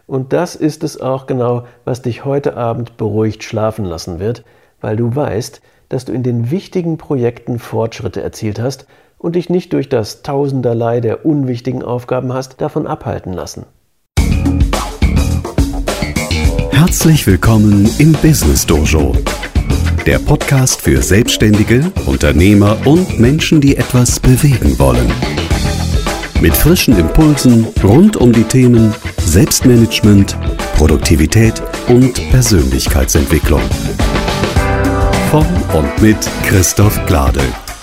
Und das ist es auch genau, was dich heute Abend beruhigt schlafen lassen wird, weil du weißt, dass du in den wichtigen Projekten Fortschritte erzielt hast und dich nicht durch das Tausenderlei der unwichtigen Aufgaben hast davon abhalten lassen. Herzlich willkommen im Business Dojo, der Podcast für Selbstständige, Unternehmer und Menschen, die etwas bewegen wollen. Mit frischen Impulsen rund um die Themen Selbstmanagement, Produktivität und Persönlichkeitsentwicklung. Von und mit Christoph Glade.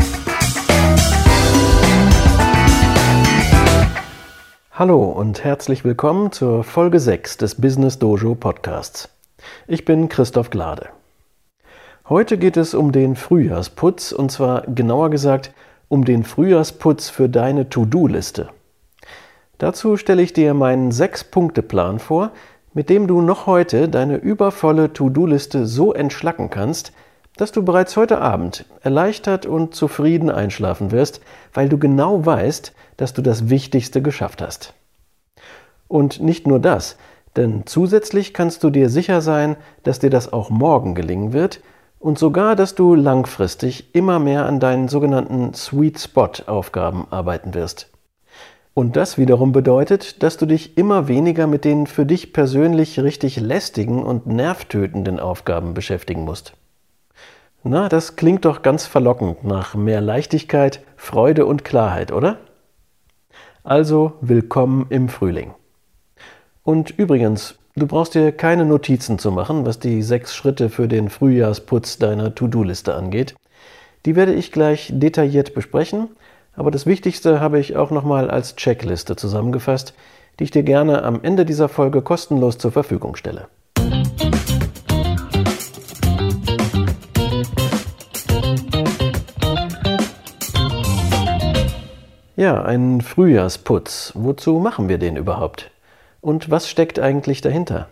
Hallo und herzlich willkommen zur Folge 6 des Business Dojo Podcasts. Ich bin Christoph Glade. Heute geht es um den Frühjahrsputz und zwar genauer gesagt um den Frühjahrsputz für deine To-Do-Liste. Dazu stelle ich dir meinen 6-Punkte-Plan vor, mit dem du noch heute deine übervolle To-Do-Liste so entschlacken kannst, dass du bereits heute Abend erleichtert und zufrieden einschlafen wirst, weil du genau weißt, dass du das Wichtigste geschafft hast. Und nicht nur das, denn zusätzlich kannst du dir sicher sein, dass dir das auch morgen gelingen wird und sogar, dass du langfristig immer mehr an deinen sogenannten Sweet Spot-Aufgaben arbeiten wirst. Und das wiederum bedeutet, dass du dich immer weniger mit den für dich persönlich richtig lästigen und nervtötenden Aufgaben beschäftigen musst. Na, das klingt doch ganz verlockend nach mehr Leichtigkeit, Freude und Klarheit, oder? Also willkommen im Frühling. Und übrigens, du brauchst dir keine Notizen zu machen, was die 6 Schritte für den Frühjahrsputz deiner To-Do-Liste angeht. Die werde ich gleich detailliert besprechen, aber das Wichtigste habe ich auch nochmal als Checkliste zusammengefasst, die ich dir gerne am Ende dieser Folge kostenlos zur Verfügung stelle. Ja, ein Frühjahrsputz. Wozu machen wir den überhaupt? Und was steckt eigentlich dahinter?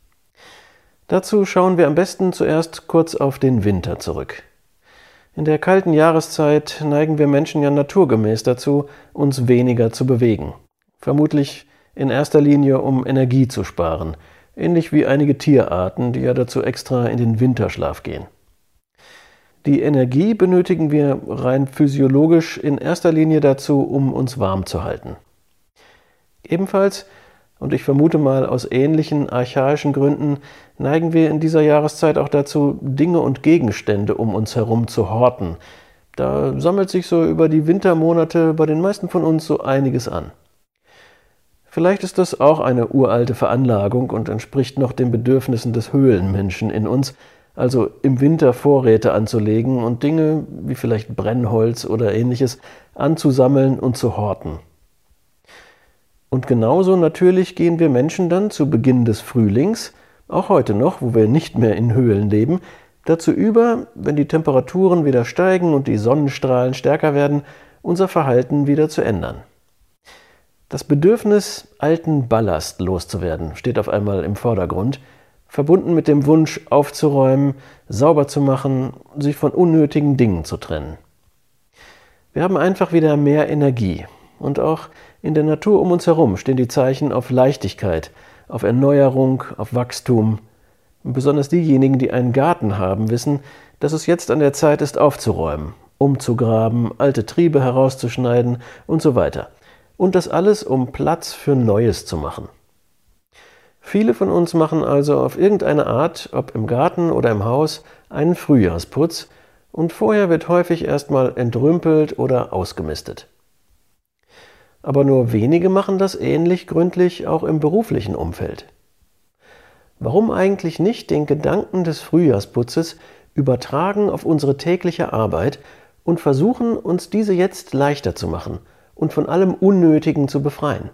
Dazu schauen wir am besten zuerst kurz auf den Winter zurück. In der kalten Jahreszeit neigen wir Menschen ja naturgemäß dazu, uns weniger zu bewegen. Vermutlich in erster Linie, um Energie zu sparen, ähnlich wie einige Tierarten, die ja dazu extra in den Winterschlaf gehen. Die Energie benötigen wir rein physiologisch in erster Linie dazu, um uns warm zu halten. Ebenfalls, und ich vermute mal aus ähnlichen archaischen Gründen, neigen wir in dieser Jahreszeit auch dazu, Dinge und Gegenstände um uns herum zu horten. Da sammelt sich so über die Wintermonate bei den meisten von uns so einiges an. Vielleicht ist das auch eine uralte Veranlagung und entspricht noch den Bedürfnissen des Höhlenmenschen in uns, also im Winter Vorräte anzulegen und Dinge, wie vielleicht Brennholz oder ähnliches, anzusammeln und zu horten. Und genauso natürlich gehen wir Menschen dann zu Beginn des Frühlings, auch heute noch, wo wir nicht mehr in Höhlen leben, dazu über, wenn die Temperaturen wieder steigen und die Sonnenstrahlen stärker werden, unser Verhalten wieder zu ändern. Das Bedürfnis, alten Ballast loszuwerden, steht auf einmal im Vordergrund, verbunden mit dem Wunsch aufzuräumen, sauber zu machen, sich von unnötigen Dingen zu trennen. Wir haben einfach wieder mehr Energie und auch in der Natur um uns herum stehen die Zeichen auf Leichtigkeit, auf Erneuerung, auf Wachstum. Besonders diejenigen, die einen Garten haben, wissen, dass es jetzt an der Zeit ist, aufzuräumen, umzugraben, alte Triebe herauszuschneiden und so weiter. Und das alles, um Platz für Neues zu machen. Viele von uns machen also auf irgendeine Art, ob im Garten oder im Haus, einen Frühjahrsputz und vorher wird häufig erstmal entrümpelt oder ausgemistet. Aber nur wenige machen das ähnlich gründlich auch im beruflichen Umfeld. Warum eigentlich nicht den Gedanken des Frühjahrsputzes übertragen auf unsere tägliche Arbeit und versuchen, uns diese jetzt leichter zu machen und von allem Unnötigen zu befreien?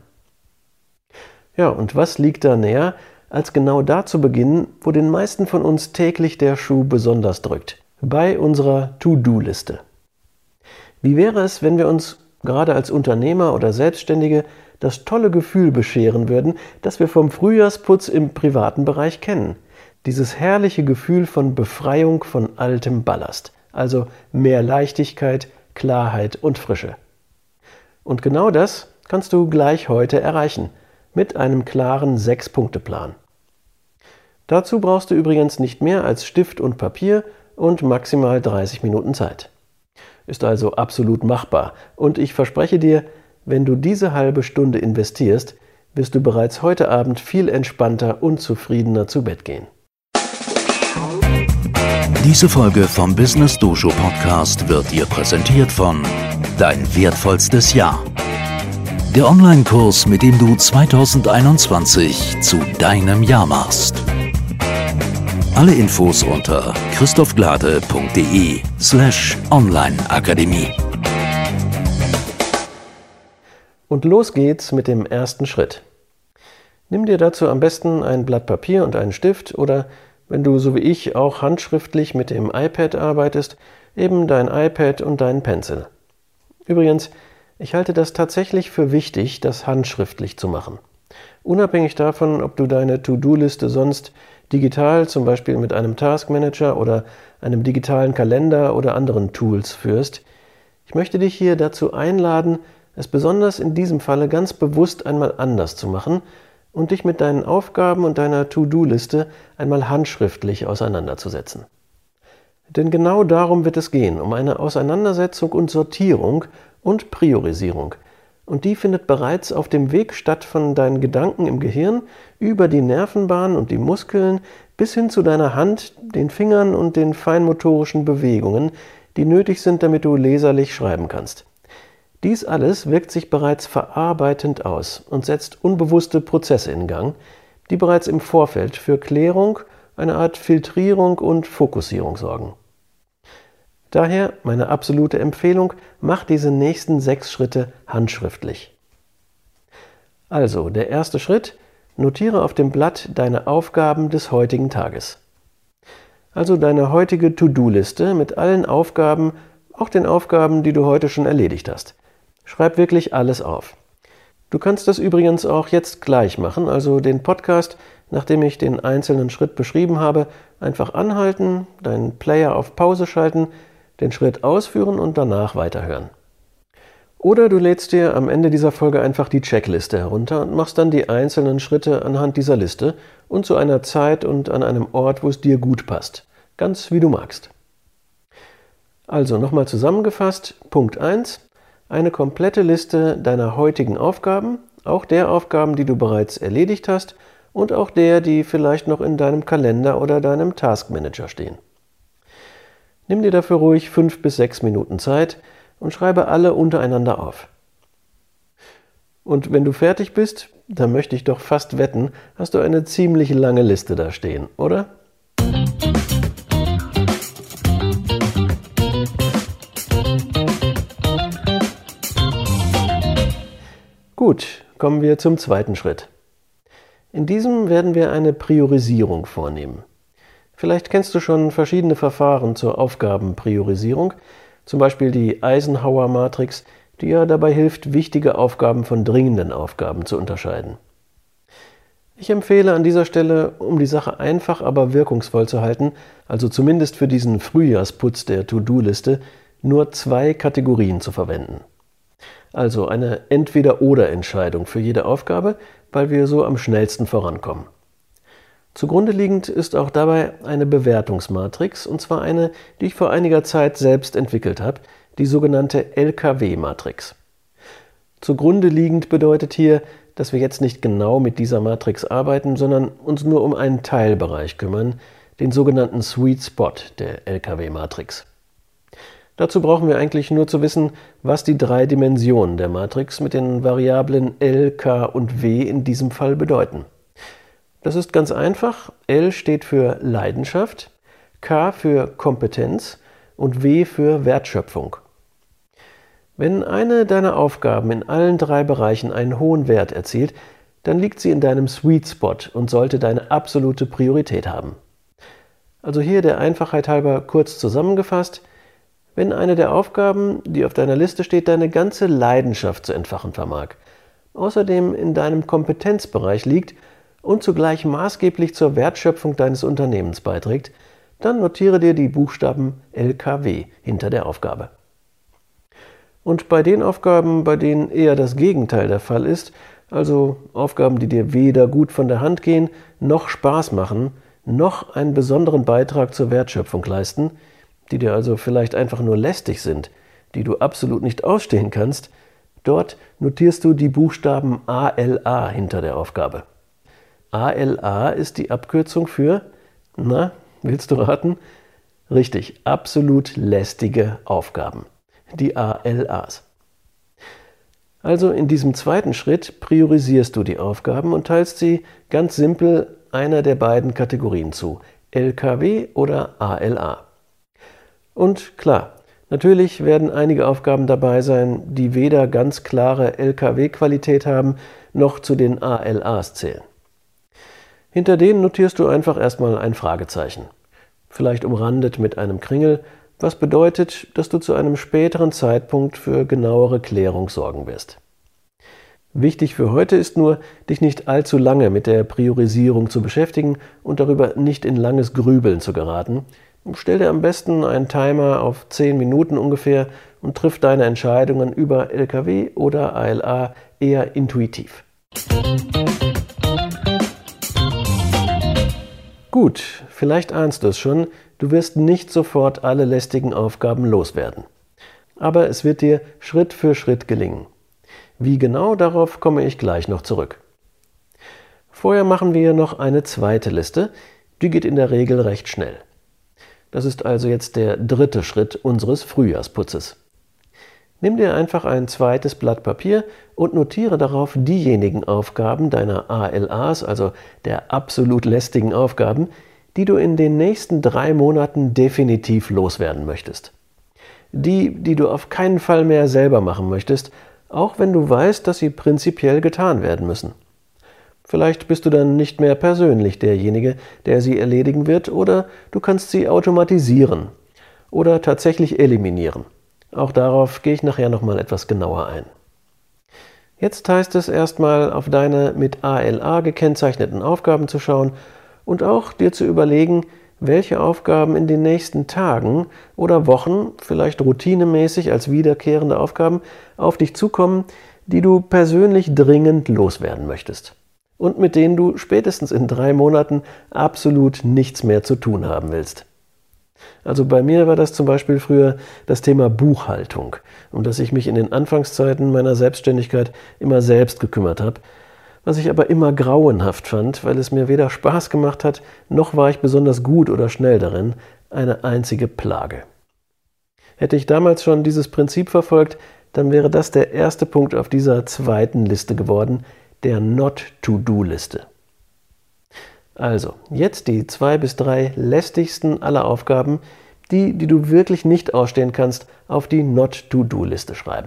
Ja, und was liegt da näher, als genau da zu beginnen, wo den meisten von uns täglich der Schuh besonders drückt, bei unserer To-Do-Liste. Wie wäre es, wenn wir uns gerade als Unternehmer oder Selbstständige das tolle Gefühl bescheren würden, das wir vom Frühjahrsputz im privaten Bereich kennen. Dieses herrliche Gefühl von Befreiung von altem Ballast, also mehr Leichtigkeit, Klarheit und Frische. Und genau das kannst du gleich heute erreichen, mit einem klaren 6-Punkte-Plan. Dazu brauchst du übrigens nicht mehr als Stift und Papier und maximal 30 Minuten Zeit. Ist also absolut machbar und ich verspreche dir, wenn du diese halbe Stunde investierst, wirst du bereits heute Abend viel entspannter und zufriedener zu Bett gehen. Diese Folge vom Business Dojo Podcast wird dir präsentiert von Dein wertvollstes Jahr. Der Online-Kurs, mit dem du 2021 zu deinem Jahr machst. Alle Infos unter christophglade.de/Onlineakademie. Und los geht's mit dem ersten Schritt. Nimm dir dazu am besten ein Blatt Papier und einen Stift oder, wenn du so wie ich auch handschriftlich mit dem iPad arbeitest, eben dein iPad und deinen Pencil. Übrigens, ich halte das tatsächlich für wichtig, das handschriftlich zu machen. Unabhängig davon, ob du deine To-Do-Liste sonst digital, zum Beispiel mit einem Taskmanager oder einem digitalen Kalender oder anderen Tools führst, ich möchte dich hier dazu einladen, es besonders in diesem Falle ganz bewusst einmal anders zu machen und dich mit deinen Aufgaben und deiner To-Do-Liste einmal handschriftlich auseinanderzusetzen. Denn genau darum wird es gehen, um eine Auseinandersetzung und Sortierung und Priorisierung. Und die findet bereits auf dem Weg statt von deinen Gedanken im Gehirn über die Nervenbahn und die Muskeln bis hin zu deiner Hand, den Fingern und den feinmotorischen Bewegungen, die nötig sind, damit du leserlich schreiben kannst. Dies alles wirkt sich bereits verarbeitend aus und setzt unbewusste Prozesse in Gang, die bereits im Vorfeld für Klärung, eine Art Filtrierung und Fokussierung sorgen. Daher meine absolute Empfehlung, mach diese nächsten 6 Schritte handschriftlich. Also, der erste Schritt, notiere auf dem Blatt deine Aufgaben des heutigen Tages. Also deine heutige To-Do-Liste mit allen Aufgaben, auch den Aufgaben, die du heute schon erledigt hast. Schreib wirklich alles auf. Du kannst das übrigens auch jetzt gleich machen, also den Podcast, nachdem ich den einzelnen Schritt beschrieben habe, einfach anhalten, deinen Player auf Pause schalten, den Schritt ausführen und danach weiterhören. Oder du lädst dir am Ende dieser Folge einfach die Checkliste herunter und machst dann die einzelnen Schritte anhand dieser Liste und zu einer Zeit und an einem Ort, wo es dir gut passt. Ganz wie du magst. Also nochmal zusammengefasst, Punkt 1. Eine komplette Liste deiner heutigen Aufgaben, auch der Aufgaben, die du bereits erledigt hast und auch der, die vielleicht noch in deinem Kalender oder deinem Taskmanager stehen. Nimm dir dafür ruhig 5 bis 6 Minuten Zeit und schreibe alle untereinander auf. Und wenn du fertig bist, dann möchte ich doch fast wetten, hast du eine ziemlich lange Liste da stehen, oder? Gut, kommen wir zum zweiten Schritt. In diesem werden wir eine Priorisierung vornehmen. Vielleicht kennst du schon verschiedene Verfahren zur Aufgabenpriorisierung, zum Beispiel die Eisenhower-Matrix, die ja dabei hilft, wichtige Aufgaben von dringenden Aufgaben zu unterscheiden. Ich empfehle an dieser Stelle, um die Sache einfach, aber wirkungsvoll zu halten, also zumindest für diesen Frühjahrsputz der To-Do-Liste, nur 2 Kategorien zu verwenden. Also eine Entweder-oder-Entscheidung für jede Aufgabe, weil wir so am schnellsten vorankommen. Zugrunde liegend ist auch dabei eine Bewertungsmatrix, und zwar eine, die ich vor einiger Zeit selbst entwickelt habe, die sogenannte LKW-Matrix. Zugrunde liegend bedeutet hier, dass wir jetzt nicht genau mit dieser Matrix arbeiten, sondern uns nur um einen Teilbereich kümmern, den sogenannten Sweet Spot der LKW-Matrix. Dazu brauchen wir eigentlich nur zu wissen, was die 3 Dimensionen der Matrix mit den Variablen L, K und W in diesem Fall bedeuten. Das ist ganz einfach. L steht für Leidenschaft, K für Kompetenz und W für Wertschöpfung. Wenn eine deiner Aufgaben in allen 3 Bereichen einen hohen Wert erzielt, dann liegt sie in deinem Sweet Spot und sollte deine absolute Priorität haben. Also hier der Einfachheit halber kurz zusammengefasst: Wenn eine der Aufgaben, die auf deiner Liste steht, deine ganze Leidenschaft zu entfachen vermag, außerdem in deinem Kompetenzbereich liegt und zugleich maßgeblich zur Wertschöpfung deines Unternehmens beiträgt, dann notiere dir die Buchstaben LKW hinter der Aufgabe. Und bei den Aufgaben, bei denen eher das Gegenteil der Fall ist, Also Aufgaben, die dir weder gut von der Hand gehen, noch Spaß machen, noch einen besonderen Beitrag zur Wertschöpfung leisten, die dir also vielleicht einfach nur lästig sind, die du absolut nicht ausstehen kannst. Dort notierst du die Buchstaben ALA hinter der Aufgabe. ALA ist die Abkürzung für, willst du raten? Richtig, absolut lästige Aufgaben. Die ALAs. Also in diesem zweiten Schritt priorisierst du die Aufgaben und teilst sie ganz simpel einer der beiden Kategorien zu, LKW oder ALA. Und klar, natürlich werden einige Aufgaben dabei sein, die weder ganz klare LKW-Qualität haben, noch zu den ALAs zählen. Hinter denen notierst du einfach erstmal ein Fragezeichen, vielleicht umrandet mit einem Kringel, was bedeutet, dass du zu einem späteren Zeitpunkt für genauere Klärung sorgen wirst. Wichtig für heute ist nur, dich nicht allzu lange mit der Priorisierung zu beschäftigen und darüber nicht in langes Grübeln zu geraten. Stell dir am besten einen Timer auf 10 Minuten ungefähr und triff deine Entscheidungen über LKW oder ALA eher intuitiv. Gut, vielleicht ahnst du es schon, du wirst nicht sofort alle lästigen Aufgaben loswerden. Aber es wird dir Schritt für Schritt gelingen. Wie genau, darauf komme ich gleich noch zurück. Vorher machen wir noch eine zweite Liste, die geht in der Regel recht schnell. Das ist also jetzt der dritte Schritt unseres Frühjahrsputzes. Nimm dir einfach ein zweites Blatt Papier und notiere darauf diejenigen Aufgaben deiner ALAs, also der absolut lästigen Aufgaben, die du in den nächsten 3 Monaten definitiv loswerden möchtest. Die du auf keinen Fall mehr selber machen möchtest, auch wenn du weißt, dass sie prinzipiell getan werden müssen. Vielleicht bist du dann nicht mehr persönlich derjenige, der sie erledigen wird, oder du kannst sie automatisieren oder tatsächlich eliminieren. Auch darauf gehe ich nachher nochmal etwas genauer ein. Jetzt heißt es erstmal, auf deine mit ALA gekennzeichneten Aufgaben zu schauen und auch dir zu überlegen, welche Aufgaben in den nächsten Tagen oder Wochen, vielleicht routinemäßig als wiederkehrende Aufgaben, auf dich zukommen, die du persönlich dringend loswerden möchtest und mit denen du spätestens in 3 Monaten absolut nichts mehr zu tun haben willst. Also bei mir war das zum Beispiel früher das Thema Buchhaltung, um das ich mich in den Anfangszeiten meiner Selbstständigkeit immer selbst gekümmert habe, was ich aber immer grauenhaft fand, weil es mir weder Spaß gemacht hat, noch war ich besonders gut oder schnell darin, eine einzige Plage. Hätte ich damals schon dieses Prinzip verfolgt, dann wäre das der erste Punkt auf dieser zweiten Liste geworden, der Not-to-Do-Liste. Also, jetzt die 2 bis 3 lästigsten aller Aufgaben, die du wirklich nicht ausstehen kannst, auf die Not-to-Do-Liste schreiben.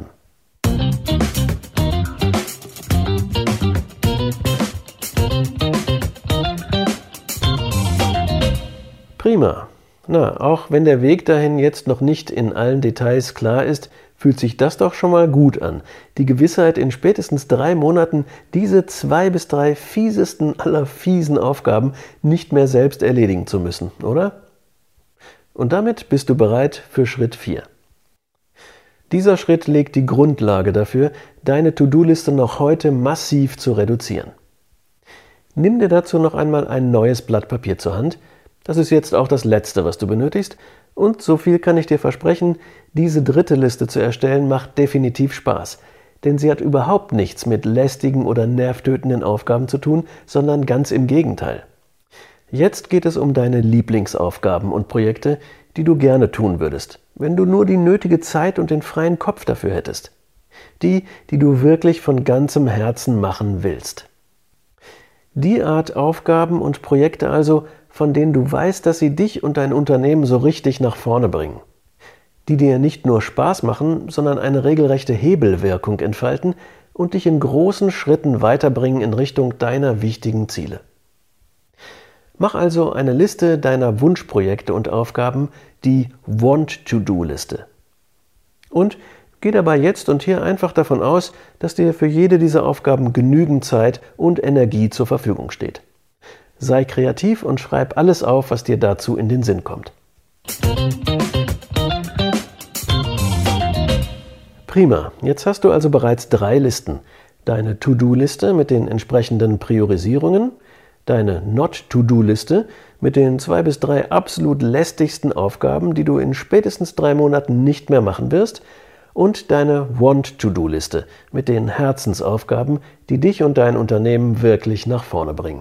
Prima. Auch wenn der Weg dahin jetzt noch nicht in allen Details klar ist, fühlt sich das doch schon mal gut an. Die Gewissheit, in spätestens 3 Monaten diese 2 bis 3 fiesesten aller fiesen Aufgaben nicht mehr selbst erledigen zu müssen, oder? Und damit bist du bereit für Schritt 4. Dieser Schritt legt die Grundlage dafür, deine To-Do-Liste noch heute massiv zu reduzieren. Nimm dir dazu noch einmal ein neues Blatt Papier zur Hand. Das ist jetzt auch das Letzte, was du benötigst. Und so viel kann ich dir versprechen, diese dritte Liste zu erstellen macht definitiv Spaß. Denn sie hat überhaupt nichts mit lästigen oder nervtötenden Aufgaben zu tun, sondern ganz im Gegenteil. Jetzt geht es um deine Lieblingsaufgaben und Projekte, die du gerne tun würdest, wenn du nur die nötige Zeit und den freien Kopf dafür hättest. Die du wirklich von ganzem Herzen machen willst. Die Art Aufgaben und Projekte also, von denen du weißt, dass sie dich und dein Unternehmen so richtig nach vorne bringen. Die dir nicht nur Spaß machen, sondern eine regelrechte Hebelwirkung entfalten und dich in großen Schritten weiterbringen in Richtung deiner wichtigen Ziele. Mach also eine Liste deiner Wunschprojekte und Aufgaben, die Want-to-Do-Liste. Und geh dabei jetzt und hier einfach davon aus, dass dir für jede dieser Aufgaben genügend Zeit und Energie zur Verfügung steht. Sei kreativ und schreib alles auf, was dir dazu in den Sinn kommt. Prima, jetzt hast du also bereits 3 Listen, deine To-Do-Liste mit den entsprechenden Priorisierungen, deine Not-To-Do-Liste mit den 2 bis 3 absolut lästigsten Aufgaben, die du in spätestens 3 Monaten nicht mehr machen wirst, und deine Want-To-Do-Liste mit den Herzensaufgaben, die dich und dein Unternehmen wirklich nach vorne bringen.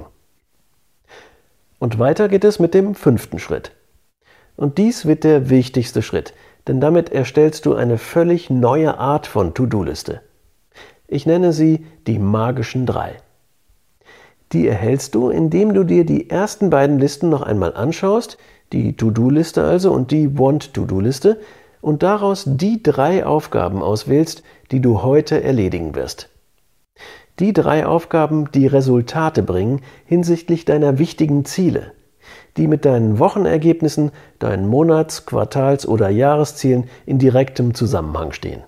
Und weiter geht es mit dem 5. Schritt. Und dies wird der wichtigste Schritt, denn damit erstellst du eine völlig neue Art von To-Do-Liste. Ich nenne sie die magischen 3. Die erhältst du, indem du dir die ersten beiden Listen noch einmal anschaust, die To-Do-Liste also und die Want-To-Do-Liste, und daraus die 3 Aufgaben auswählst, die du heute erledigen wirst. Die 3 Aufgaben, die Resultate bringen hinsichtlich deiner wichtigen Ziele, die mit deinen Wochenergebnissen, deinen Monats-, Quartals- oder Jahreszielen in direktem Zusammenhang stehen.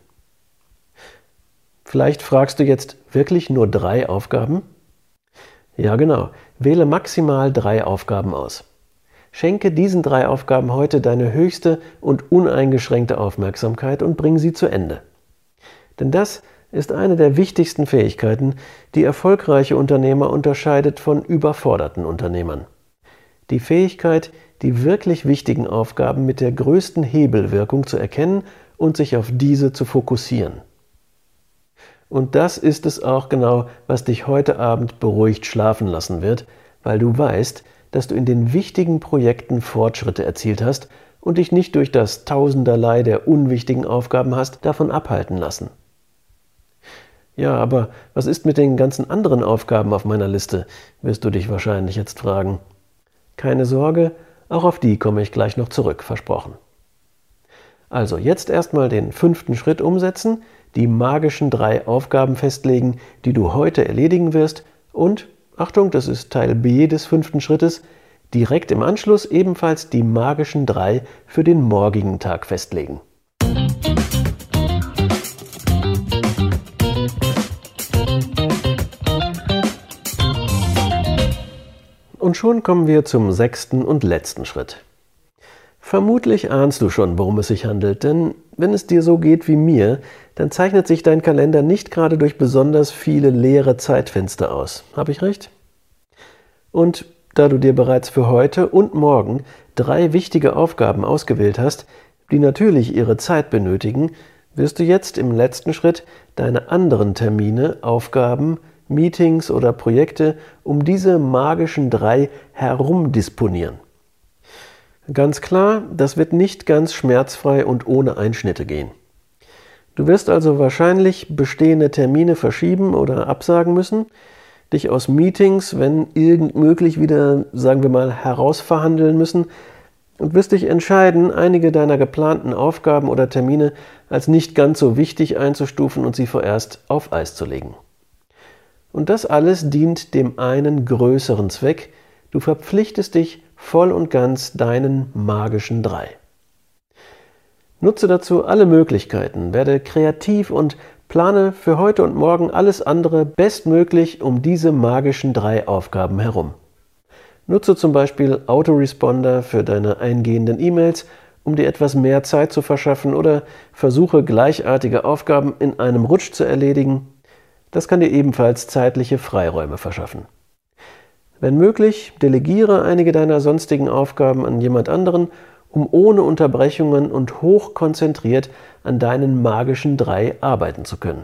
Vielleicht fragst du jetzt, wirklich nur 3 Aufgaben? Ja, genau. Wähle maximal 3 Aufgaben aus. Schenke diesen 3 Aufgaben heute deine höchste und uneingeschränkte Aufmerksamkeit und bring sie zu Ende. Denn das ist eine der wichtigsten Fähigkeiten, die erfolgreiche Unternehmer unterscheidet von überforderten Unternehmern. Die Fähigkeit, die wirklich wichtigen Aufgaben mit der größten Hebelwirkung zu erkennen und sich auf diese zu fokussieren. Und das ist es auch genau, was dich heute Abend beruhigt schlafen lassen wird, weil du weißt, dass du in den wichtigen Projekten Fortschritte erzielt hast und dich nicht durch das Tausenderlei der unwichtigen Aufgaben hast davon abhalten lassen. Ja, aber was ist mit den ganzen anderen Aufgaben auf meiner Liste, wirst du dich wahrscheinlich jetzt fragen. Keine Sorge, auch auf die komme ich gleich noch zurück, versprochen. Also jetzt erstmal den 5. Schritt umsetzen, die magischen 3 Aufgaben festlegen, die du heute erledigen wirst und, Achtung, das ist Teil B des 5. Schrittes, direkt im Anschluss ebenfalls die magischen 3 für den morgigen Tag festlegen. Und schon kommen wir zum 6. und letzten Schritt. Vermutlich ahnst du schon, worum es sich handelt, denn wenn es dir so geht wie mir, dann zeichnet sich dein Kalender nicht gerade durch besonders viele leere Zeitfenster aus. Habe ich recht? Und da du dir bereits für heute und morgen 3 wichtige Aufgaben ausgewählt hast, die natürlich ihre Zeit benötigen, wirst du jetzt im letzten Schritt deine anderen Termine, Aufgaben, Meetings oder Projekte um diese magischen 3 herumdisponieren. Ganz klar, das wird nicht ganz schmerzfrei und ohne Einschnitte gehen. Du wirst also wahrscheinlich bestehende Termine verschieben oder absagen müssen, dich aus Meetings, wenn irgend möglich, wieder, sagen wir mal, herausverhandeln müssen und wirst dich entscheiden, einige deiner geplanten Aufgaben oder Termine als nicht ganz so wichtig einzustufen und sie vorerst auf Eis zu legen. Und das alles dient dem einen größeren Zweck: Du verpflichtest dich voll und ganz deinen magischen 3. Nutze dazu alle Möglichkeiten, werde kreativ und plane für heute und morgen alles andere bestmöglich um diese magischen 3 Aufgaben herum. Nutze zum Beispiel Autoresponder für deine eingehenden E-Mails, um dir etwas mehr Zeit zu verschaffen, oder versuche gleichartige Aufgaben in einem Rutsch zu erledigen. Das kann dir ebenfalls zeitliche Freiräume verschaffen. Wenn möglich, delegiere einige deiner sonstigen Aufgaben an jemand anderen, um ohne Unterbrechungen und hoch konzentriert an deinen magischen 3 arbeiten zu können.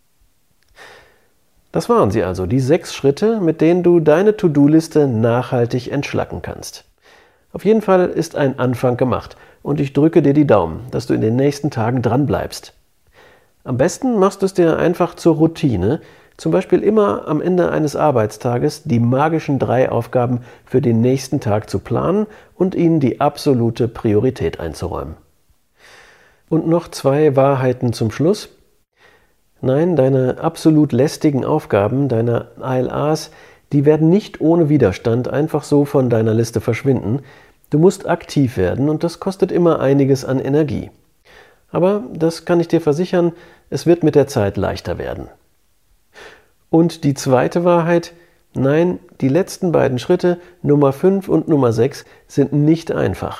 Das waren sie also, die 6 Schritte, mit denen du deine To-Do-Liste nachhaltig entschlacken kannst. Auf jeden Fall ist ein Anfang gemacht und ich drücke dir die Daumen, dass du in den nächsten Tagen dran bleibst. Am besten machst du es dir einfach zur Routine, zum Beispiel immer am Ende eines Arbeitstages die magischen 3 Aufgaben für den nächsten Tag zu planen und ihnen die absolute Priorität einzuräumen. Und noch 2 Wahrheiten zum Schluss. Nein, deine absolut lästigen Aufgaben, deine ALAs, die werden nicht ohne Widerstand einfach so von deiner Liste verschwinden. Du musst aktiv werden und das kostet immer einiges an Energie. Aber das kann ich dir versichern, es wird mit der Zeit leichter werden. Und die zweite Wahrheit: Nein, die letzten beiden Schritte, Nummer 5 und Nummer 6, sind nicht einfach.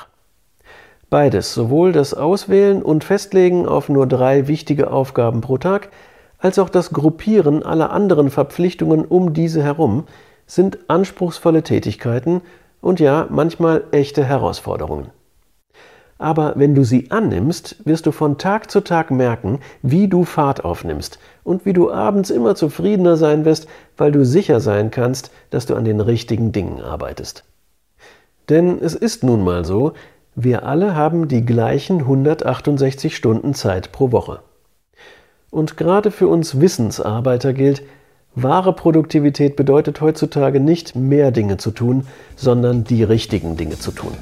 Beides, sowohl das Auswählen und Festlegen auf nur 3 wichtige Aufgaben pro Tag, als auch das Gruppieren aller anderen Verpflichtungen um diese herum sind anspruchsvolle Tätigkeiten und ja, manchmal echte Herausforderungen. Aber wenn du sie annimmst, wirst du von Tag zu Tag merken, wie du Fahrt aufnimmst und wie du abends immer zufriedener sein wirst, weil du sicher sein kannst, dass du an den richtigen Dingen arbeitest. Denn es ist nun mal so, wir alle haben die gleichen 168 Stunden Zeit pro Woche. Und gerade für uns Wissensarbeiter gilt, wahre Produktivität bedeutet heutzutage nicht mehr Dinge zu tun, sondern die richtigen Dinge zu tun.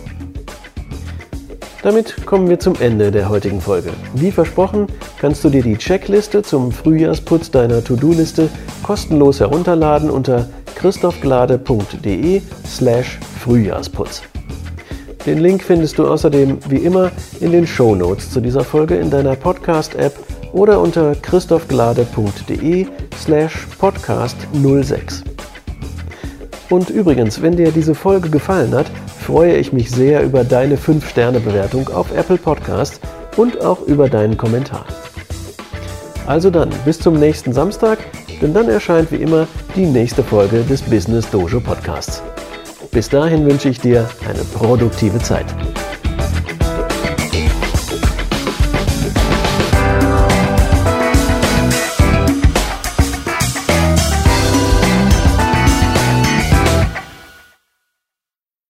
Damit kommen wir zum Ende der heutigen Folge. Wie versprochen, kannst du dir die Checkliste zum Frühjahrsputz deiner To-Do-Liste kostenlos herunterladen unter christophglade.de/Frühjahrsputz. Den Link findest du außerdem wie immer in den Shownotes zu dieser Folge in deiner Podcast-App oder unter christophglade.de/Podcast06. Und übrigens, wenn dir diese Folge gefallen hat, freue ich mich sehr über deine 5-Sterne-Bewertung auf Apple Podcasts und auch über deinen Kommentar. Also dann, bis zum nächsten Samstag, denn dann erscheint wie immer die nächste Folge des Business Dojo Podcasts. Bis dahin wünsche ich dir eine produktive Zeit.